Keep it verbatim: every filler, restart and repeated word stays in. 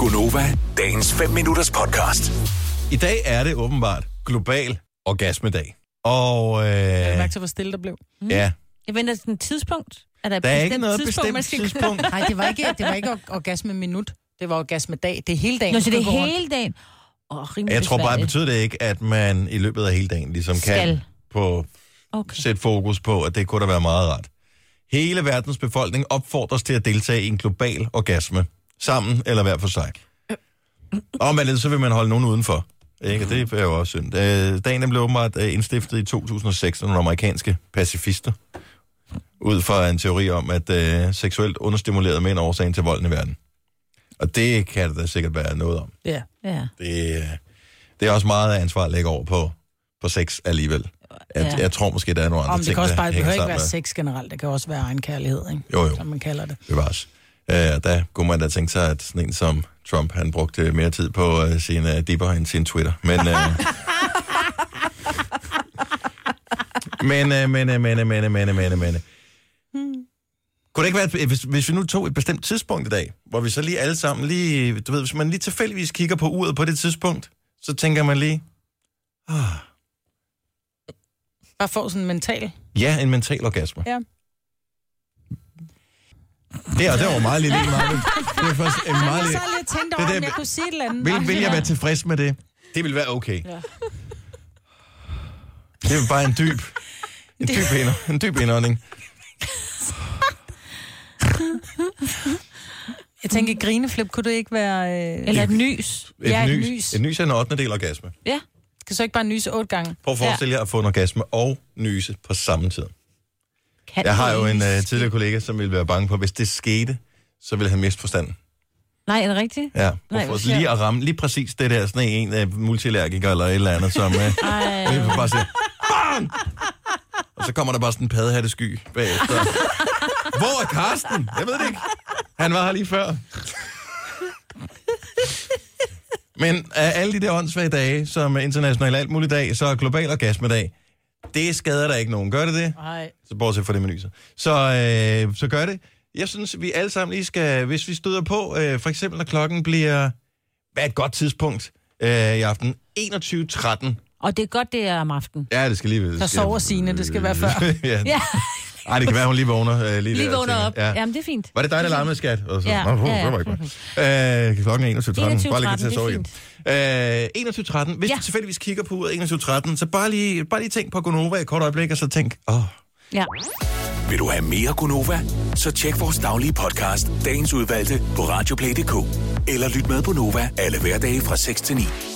Gunova, dagens fem minutters podcast. I dag er det åbenbart global orgasmedag. Og øh, Jeg har mærket til, hvor stille der blev. Mm. Ja. Jeg venter sådan et tidspunkt. Er der, Der er ikke noget tidspunkt, bestemt tidspunkt. Nej, det var ikke, det var ikke or- orgasme minut. Det var orgasme dag. Det er hele dagen. Nå, så det du er går rundt. hele dagen. Oh, Jeg tror bare, det betyder det ikke, at man i løbet af hele dagen ligesom Skal. kan på Okay. sætte fokus på, at det kunne da være meget rart. Hele verdens befolkning opfordres til at deltage i en global orgasme. Sammen eller hver for sig. Og men så vil man holde nogen udenfor. Ikke? Det er jo også synd. Øh, Dagen blev åbenbart øh, indstiftet i to tusind og seks af nogle amerikanske pacifister. Ud fra en teori om, at øh, seksuelt understimulerede mænd er årsagen til volden i verden. Og det kan der da sikkert være noget om. Ja. Ja. Det, øh, det er også meget ansvar at lægge over på, på sex alligevel. Jeg, Ja. jeg tror måske, der er nogle andre Om det ting, kan også der bare, det hænger behøver ikke sammen være med. sex generelt. Det kan også være egen kærlighed, ikke? Jo, jo. Som man kalder det. Bevares. Øh, der kunne man da tænke sig, at sådan en som Trump, han brugte mere tid på uh, sine uh, dipper end sin Twitter. Men, uh, men, uh, men, uh, men, uh, men, uh, men, uh, men, uh, men. Kunne det ikke være, at hvis, hvis vi nu tog et bestemt tidspunkt i dag, hvor vi så lige alle sammen lige, du ved, hvis man lige tilfældigvis kigger på uret på det tidspunkt, så tænker man lige, ah, Bare få sådan en mental. ja, en mental orgasme. Ja. Det, og det var meget lille, meget lille. Det er faktisk en meget Jeg lille. så lidt tænkt Det over, der- om jeg kunne sige et eller andet. Vil, vil jeg være tilfreds med det? Det vil være okay. Ja. Det er bare en dyb, en dyb, inder, en dyb indånding. Jeg tænker, grineflip, kunne det ikke være... Øh... Eller et nys. Et, Ja, et nys. nys. Et nys er en ottende del orgasme. Ja. Skal så ikke bare nyse otte gange? Prøv at forestille jer at få en orgasme og nyse på samme tid. Kan Jeg har det jo en ikke uh, ske? tidligere kollega, som ville være bange på, at hvis det skete, så ville han miste forstanden. Nej, er det rigtigt? Ja, Nej, for hvor lige at ramme lige præcis det der, sådan en uh, multiallergiker eller et eller andet, som uh, Ej. bare siger, bang! Og så kommer der bare sådan en paddehattesky bagefter. Hvor er Karsten? Jeg ved det ikke. Han var her lige før. Men af alle de der åndssvage dage, som er international alt muligt dag, så er global orgasmedag, det skader der ikke nogen. Gør det det? Nej. Så bortset fra det med nyser. Så, øh, så gør det. Jeg synes, vi alle sammen lige skal, hvis vi støder på, øh, for eksempel når klokken bliver, hvad er et godt tidspunkt øh, i aften? enogtyve tretten. Og det er godt, det er om aftenen. Ja, det skal lige være. Så sover Signe, det skal være før. ja. Ja, Ej, det kan være, hun lige vågner. Øh, lige lige der, vågner tænker. op. Ja. Jamen, det er fint. Var det dig, der larmede, skat? Og så, Ja, Nå, uh, ja, ja. det var ikke godt. Øh, klokken er enogtyve tretten. Bare lige enogtyve til at sove tretten, igen. Øh, enogtyve tretten. Hvis Ja. du tilfældigvis kigger på uret enogtyve tretten, så bare lige, bare lige tænk på Gonova et kort øjeblik, og så tænk, åh, oh, Ja. Vil du have mere Gunova? Så tjek vores daglige podcast, dagens udvalgte, på radioplay punktum d k. Eller lyt med på Nova alle hverdage fra seks til ni.